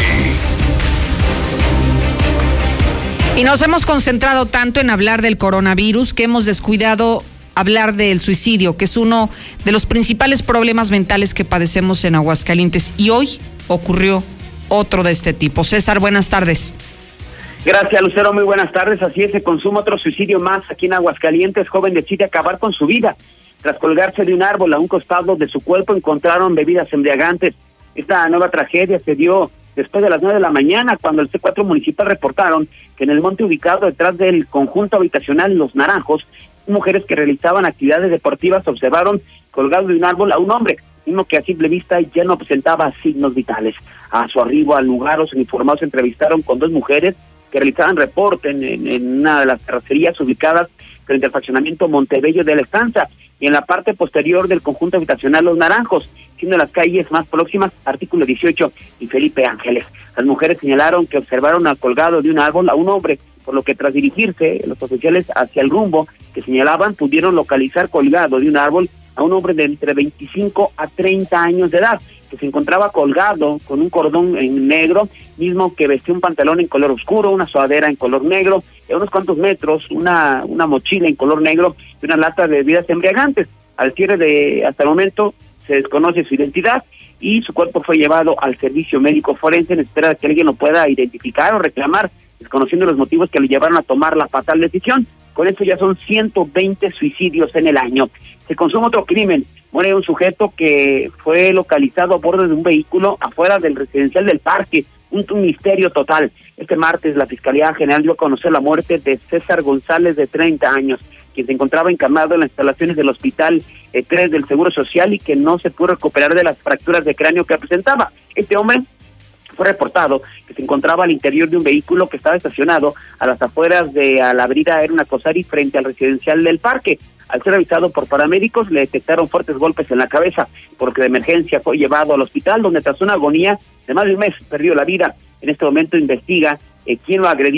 Y nos hemos concentrado tanto en hablar del coronavirus que hemos descuidado hablar del suicidio, que es uno de los principales problemas mentales que padecemos en Aguascalientes. Y hoy ocurrió otro de este tipo. César, buenas tardes. Gracias, Lucero, muy buenas tardes. Así es, se consuma otro suicidio más aquí en Aguascalientes. Joven decide acabar con su vida. Tras colgarse de un árbol a un costado de su cuerpo encontraron bebidas embriagantes. Esta nueva tragedia se dio después de las 9 de la mañana, cuando el C4 municipal reportaron que en el monte ubicado detrás del conjunto habitacional Los Naranjos, mujeres que realizaban actividades deportivas observaron colgado de un árbol a un hombre, uno que a simple vista ya no presentaba signos vitales. A su arribo al lugar, los uniformados se entrevistaron con 2 mujeres que realizaban reporte en una de las terracerías ubicadas frente al fraccionamiento Montebello de la Estancia y en la parte posterior del conjunto habitacional Los Naranjos, siendo las calles más próximas Artículo 18 y Felipe Ángeles. Las mujeres señalaron que observaron al colgado de un árbol a un hombre, por lo que tras dirigirse los oficiales hacia el rumbo que señalaban, pudieron localizar colgado de un árbol a un hombre de entre 25 a 30 años de edad, que se encontraba colgado con un cordón en negro, mismo que vestía un pantalón en color oscuro, una sudadera en color negro, y a unos cuantos metros una mochila en color negro y una lata de bebidas embriagantes. Al cierre de hasta el momento se desconoce su identidad y su cuerpo fue llevado al servicio médico forense en espera de que alguien lo pueda identificar o reclamar, desconociendo los motivos que le llevaron a tomar la fatal decisión. Con esto ya son 120 suicidios en el año. Se consuma otro crimen. Muere un sujeto que fue localizado a bordo de un vehículo afuera del residencial del Parque. Un misterio total. Este martes la Fiscalía General dio a conocer la muerte de César González, de 30 años, quien se encontraba internado en las instalaciones del Hospital 3 del Seguro Social y que no se pudo recuperar de las fracturas de cráneo que presentaba. Este hombre fue reportado que se encontraba al interior de un vehículo que estaba estacionado a las afueras de la avenida Erna Cosari frente al residencial del Parque. Al ser revisado por paramédicos, le detectaron fuertes golpes en la cabeza, por lo que de emergencia fue llevado al hospital, donde tras una agonía de más de un mes perdió la vida. En este momento investiga quién lo agredió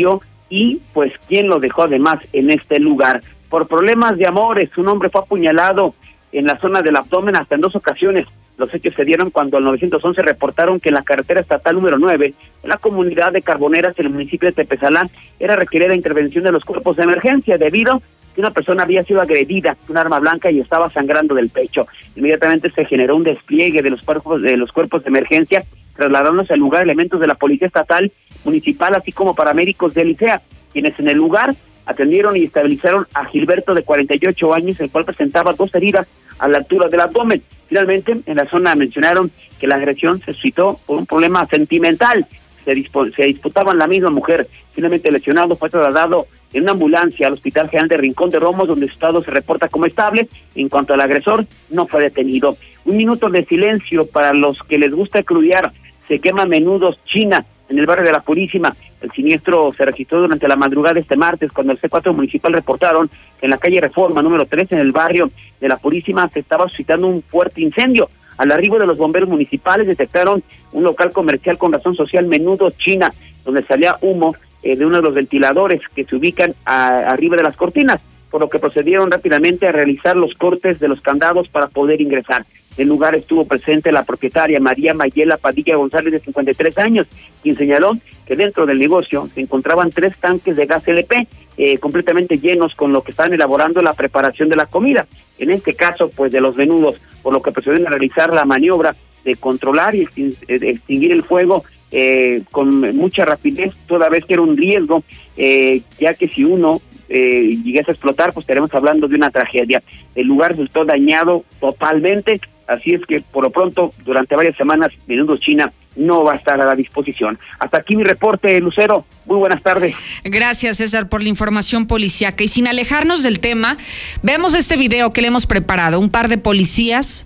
y pues quién lo dejó además en este lugar. Por problemas de amores, un hombre fue apuñalado en la zona del abdomen hasta en 2 ocasiones. Los hechos se dieron cuando al 911 reportaron que en la carretera estatal número 9, en la comunidad de Carboneras, en el municipio de Tepezalá, era requerida intervención de los cuerpos de emergencia debido a que una persona había sido agredida con un arma blanca y estaba sangrando del pecho. Inmediatamente se generó un despliegue de los cuerpos de emergencia, trasladándose al lugar elementos de la Policía Estatal, Municipal, así como paramédicos de Licea, quienes en el lugar atendieron y estabilizaron a Gilberto, de 48 años, el cual presentaba 2 heridas a la altura del abdomen. Finalmente, en la zona mencionaron que la agresión se suscitó por un problema sentimental. Se disputaban la misma mujer. Finalmente, el lesionado fue trasladado en una ambulancia al Hospital General de Rincón de Romos, donde su estado se reporta como estable. En cuanto al agresor, no fue detenido. 1 minuto de silencio para los que les gusta crudear. Se quema menudos China en el barrio de La Purísima. El siniestro se registró durante la madrugada de este martes, cuando el C4 municipal reportaron que en la calle Reforma número 3, en el barrio de La Purísima, se estaba suscitando un fuerte incendio. Al arribo de los bomberos municipales detectaron un local comercial con razón social, Menudo China, donde salía humo de uno de los ventiladores que se ubican arriba de las cortinas, por lo que procedieron rápidamente a realizar los cortes de los candados para poder ingresar. En el lugar estuvo presente la propietaria María Mayela Padilla González, de 53 años, quien señaló que dentro del negocio se encontraban 3 tanques de gas LP completamente llenos, con lo que estaban elaborando la preparación de la comida, en este caso pues de los menudos, por lo que procedieron a realizar la maniobra de controlar y extinguir el fuego con mucha rapidez, toda vez que era un riesgo, ya que si uno llegase a explotar, pues estaremos hablando de una tragedia. El lugar resultó dañado totalmente, así es que por lo pronto, durante varias semanas, Menudo China no va a estar a la disposición. Hasta aquí mi reporte, Lucero. Muy buenas tardes. Gracias, César, por la información policíaca. Y sin alejarnos del tema, vemos este video que le hemos preparado. Un par de policías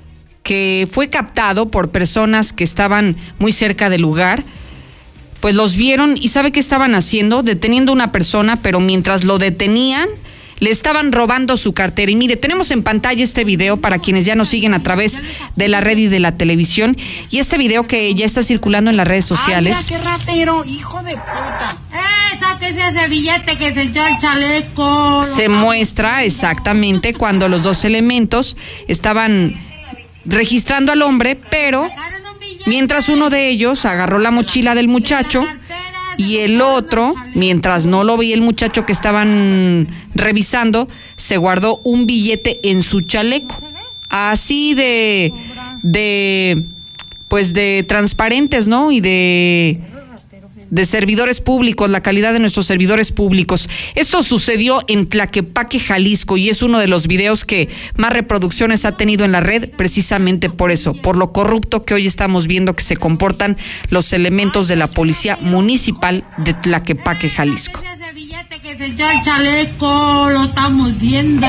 que fue captado por personas que estaban muy cerca del lugar. Pues los vieron y ¿sabe qué estaban haciendo? Deteniendo a una persona, pero mientras lo detenían, le estaban robando su cartera. Y mire, tenemos en pantalla este video para quienes ya nos siguen a través de la red y de la televisión. Y este video que ya está circulando en las redes sociales. ¡Ay, qué ratero, hijo de puta! Sáquese ese billete que se echó el chaleco. Se muestra exactamente cuando los 2 elementos estaban registrando al hombre, pero mientras uno de ellos agarró la mochila del muchacho y el otro, mientras no lo veía el muchacho que estaban revisando, se guardó un billete en su chaleco. Así de transparentes, ¿no? Y de servidores públicos, la calidad de nuestros servidores públicos. Esto sucedió en Tlaquepaque, Jalisco, y es uno de los videos que más reproducciones ha tenido en la red, precisamente por eso, por lo corrupto que hoy estamos viendo que se comportan los elementos de la Policía Municipal de Tlaquepaque, Jalisco. Ese billete que se echó el chaleco, lo estamos viendo.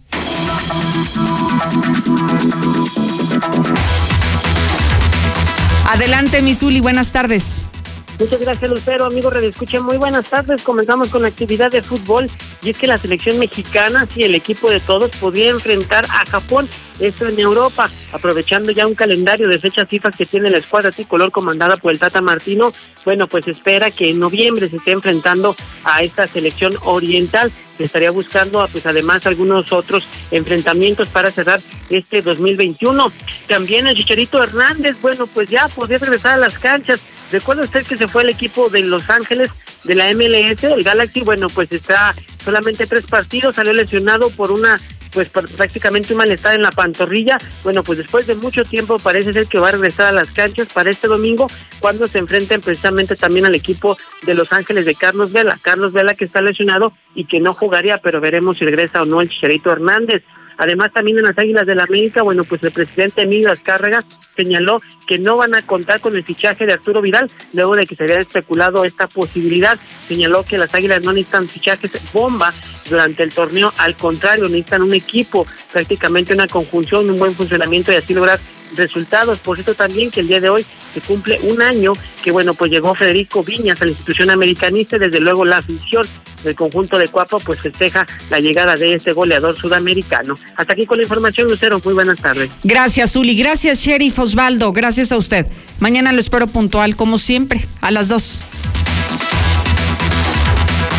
Adelante, Misuli, buenas tardes. Muchas gracias, Lucero. Amigos redescuchen, muy buenas tardes. Comenzamos con la actividad de fútbol, y es que la selección mexicana, sí, el equipo de todos, podría enfrentar a Japón, esto en Europa, aprovechando ya un calendario de fechas FIFA que tiene la escuadra tricolor comandada por el Tata Martino. Bueno, pues espera que en noviembre se esté enfrentando a esta selección oriental. Se estaría buscando, pues además, algunos otros enfrentamientos para cerrar este 2021. También el Chicharito Hernández, bueno, pues ya podría regresar a las canchas. ¿Recuerda usted que se fue el equipo de Los Ángeles de la MLS, el Galaxy? Bueno, pues está solamente 3 partidos, salió lesionado por prácticamente un malestar en la pantorrilla. Bueno, pues después de mucho tiempo parece ser que va a regresar a las canchas para este domingo, cuando se enfrenten precisamente también al equipo de Los Ángeles de Carlos Vela. Carlos Vela, que está lesionado y que no jugaría, pero veremos si regresa o no el Chicharito Hernández. Además, también en las Águilas del América, bueno, pues el presidente Emilio Azcárraga señaló que no van a contar con el fichaje de Arturo Vidal, luego de que se había especulado esta posibilidad. Señaló que las Águilas no necesitan fichajes bomba durante el torneo, al contrario, necesitan un equipo, prácticamente una conjunción, un buen funcionamiento y así lograr resultados. Por cierto, también que el día de hoy se cumple un año que, bueno, pues llegó Federico Viñas a la institución americanista, y desde luego la afición del conjunto de Coapa pues festeja la llegada de este goleador sudamericano. Hasta aquí con la información, Lucero. Muy buenas tardes. Gracias, Uli. Gracias, Sheriff Osvaldo. Gracias a usted. Mañana lo espero puntual, como siempre, a las 2.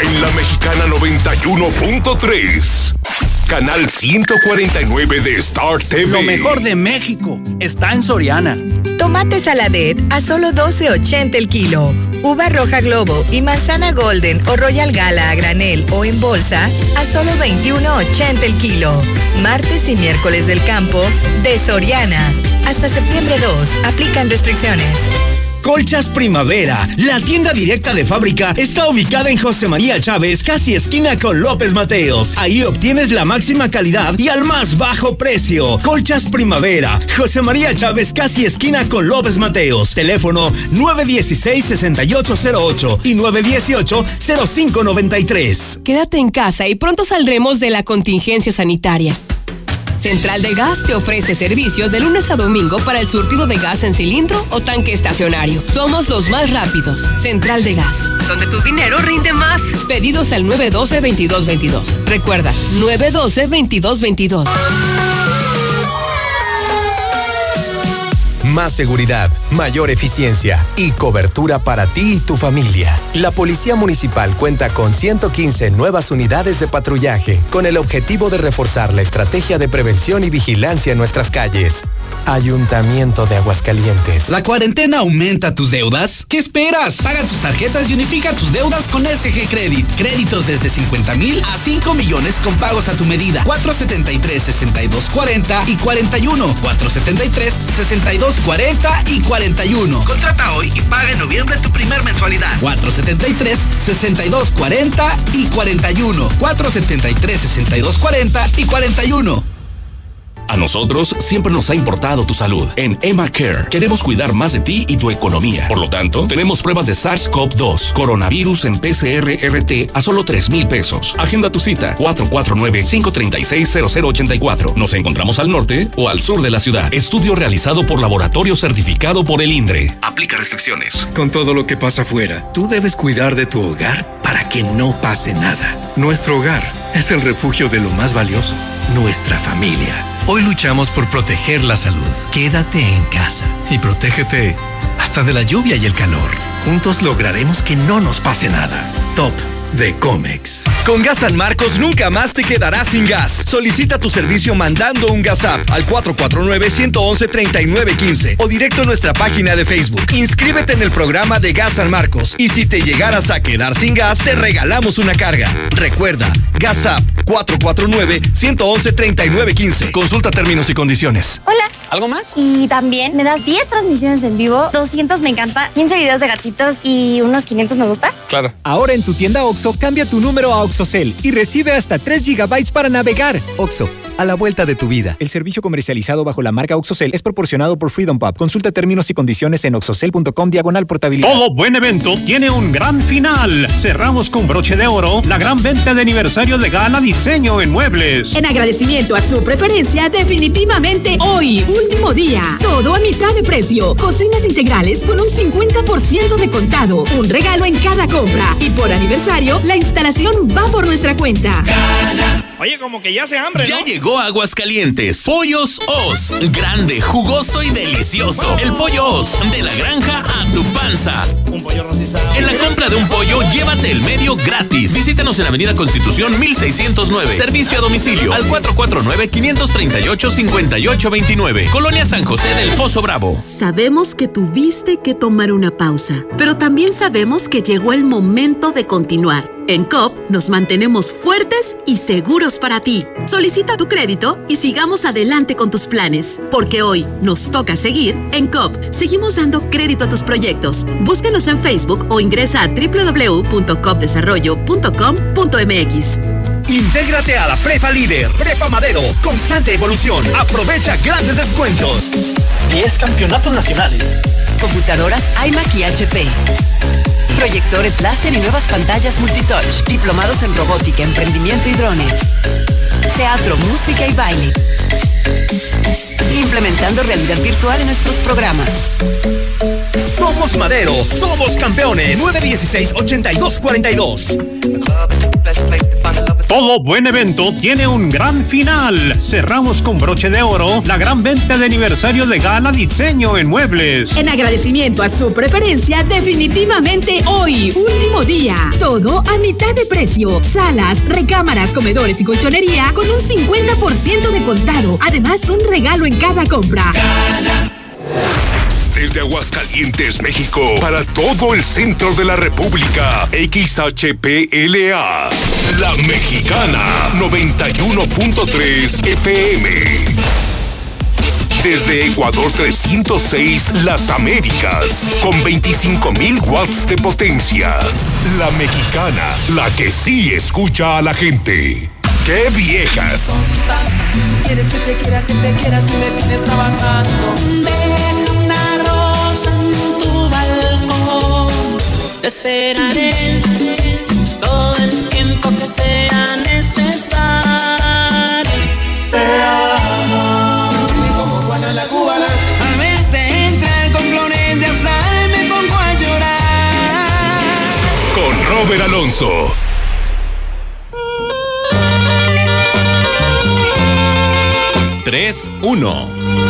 En la Mexicana 91.3. Canal 149 de Star TV. Lo mejor de México está en Soriana. Tomate Saladet a solo $12.80 el kilo. Uva roja Globo y manzana Golden o Royal Gala a granel o en bolsa a solo $21.80 el kilo. Martes y miércoles del campo de Soriana. Hasta septiembre 2. Aplican restricciones. Colchas Primavera, la tienda directa de fábrica, está ubicada en José María Chávez, casi esquina con López Mateos. Ahí obtienes la máxima calidad y al más bajo precio. Colchas Primavera, José María Chávez, casi esquina con López Mateos. Teléfono 916-6808 y 918-0593. Quédate en casa y pronto saldremos de la contingencia sanitaria. Central de Gas te ofrece servicio de lunes a domingo para el surtido de gas en cilindro o tanque estacionario. Somos los más rápidos. Central de Gas, donde tu dinero rinde más. Pedidos al 912-2222. Recuerda, 912-2222. Más seguridad, mayor eficiencia y cobertura para ti y tu familia. La Policía Municipal cuenta con 115 nuevas unidades de patrullaje con el objetivo de reforzar la estrategia de prevención y vigilancia en nuestras calles. Ayuntamiento de Aguascalientes. ¿La cuarentena aumenta tus deudas? ¿Qué esperas? Paga tus tarjetas y unifica tus deudas con SG Credit. Créditos desde 50,000 a 5 millones con pagos a tu medida. 473-6240 y 41. 473-6240 y 41. Contrata hoy y paga en noviembre tu primer mensualidad. 473-6240 y 41. 473-6240 y 41. A nosotros siempre nos ha importado tu salud. En EmaCare queremos cuidar más de ti y tu economía. Por lo tanto, tenemos pruebas de SARS-CoV-2, coronavirus en PCR-RT a solo $3,000. Agenda tu cita 449-536-0084. Nos encontramos al norte o al sur de la ciudad. Estudio realizado por laboratorio certificado por el INDRE. Aplica restricciones. Con todo lo que pasa afuera, tú debes cuidar de tu hogar para que no pase nada. Nuestro hogar es el refugio de lo más valioso, nuestra familia. Hoy luchamos por proteger la salud. Quédate en casa y protégete hasta de la lluvia y el calor. Juntos lograremos que no nos pase nada. Top de Comex. Con Gas San Marcos nunca más te quedarás sin gas. Solicita tu servicio mandando un GasApp al 449-111-3915 o directo a nuestra página de Facebook. Inscríbete en el programa de Gas San Marcos y si te llegaras a quedar sin gas, te regalamos una carga. Recuerda, GasApp 449-111-3915. Consulta términos y condiciones. Hola. ¿Algo más? Y también me das 10 transmisiones en vivo, 200 me encanta, 15 videos de gatitos y unos 500 me gusta. Claro. Ahora en tu tienda OXXO, cambia tu número a OXXOCEL y recibe hasta 3 GB para navegar. OXXO, a la vuelta de tu vida. El servicio comercializado bajo la marca OXXOCEL es proporcionado por Freedom Pub. Consulta términos y condiciones en oxxocel.com/portabilidad. Todo buen evento tiene un gran final. Cerramos con broche de oro la gran venta de aniversario de Gala Diseño en Muebles. En agradecimiento a su preferencia, definitivamente hoy, último día. Todo a mitad de precio. Cocinas integrales con un 50% de contado. Un regalo en cada compra. Y por aniversario, la instalación va por nuestra cuenta. Oye, como que ya se hambre, Ya ¿no? llegó a Aguascalientes. Pollos Os. Grande, jugoso y delicioso. El pollo Os, de la granja a tu panza. Un pollo rostizado. En la compra de un pollo, llévate el medio gratis. Visítanos en Avenida Constitución 1609. Servicio a domicilio al 449-538-5829. Colonia San José del Pozo Bravo. Sabemos que tuviste que tomar una pausa, pero también sabemos que llegó el momento de continuar. En COP nos mantenemos fuertes y seguros para ti. Solicita tu crédito y sigamos adelante con tus planes, porque hoy nos toca seguir. En COP seguimos dando crédito a tus proyectos. Búscanos en Facebook o ingresa a www.copdesarrollo.com.mx. Intégrate a la Prepa Líder, Prepa Madero, constante evolución. Aprovecha grandes descuentos. 10 campeonatos nacionales. Computadoras iMac y HP. Proyectores láser y nuevas pantallas multitouch. Diplomados en robótica, emprendimiento y drones. Teatro, música y baile. Implementando realidad virtual en nuestros programas. Somos Madero, somos campeones. 916-8242. Todo buen evento tiene un gran final. Cerramos con broche de oro la gran venta de aniversario de Gala Diseño en Muebles. En agradecimiento a su preferencia, definitivamente hoy, último día. Todo a mitad de precio. Salas, recámaras, comedores y colchonería con un 50% de contado. Además, un regalo en cada compra. Desde Aguascalientes, México, para todo el centro de la República, XHPLA, La Mexicana, 91.3 FM. Desde Ecuador 306, Las Américas, con 25,000 watts de potencia. La Mexicana, la que sí escucha a la gente. ¡Qué viejas! Quieres que te quiera si me tienes trabajando. Deja una rosa en tu balcón. Te esperaré todo el tiempo que sea necesario. Te amo. Como Juana la cubana. Al verte entrar con flores de azahar me pongo a llorar. Con Robert Alonso. Uno.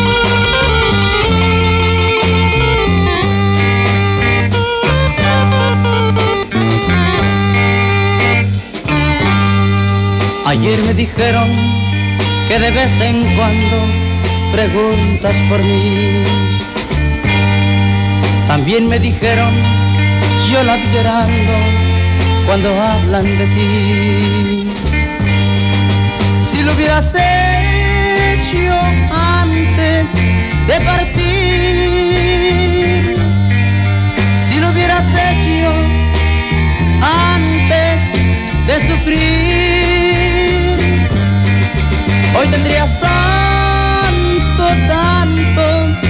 Ayer me dijeron que de vez en cuando preguntas por mí. También me dijeron, yo la vi llorando cuando hablan de ti. Si lo hubieras hecho antes de partir,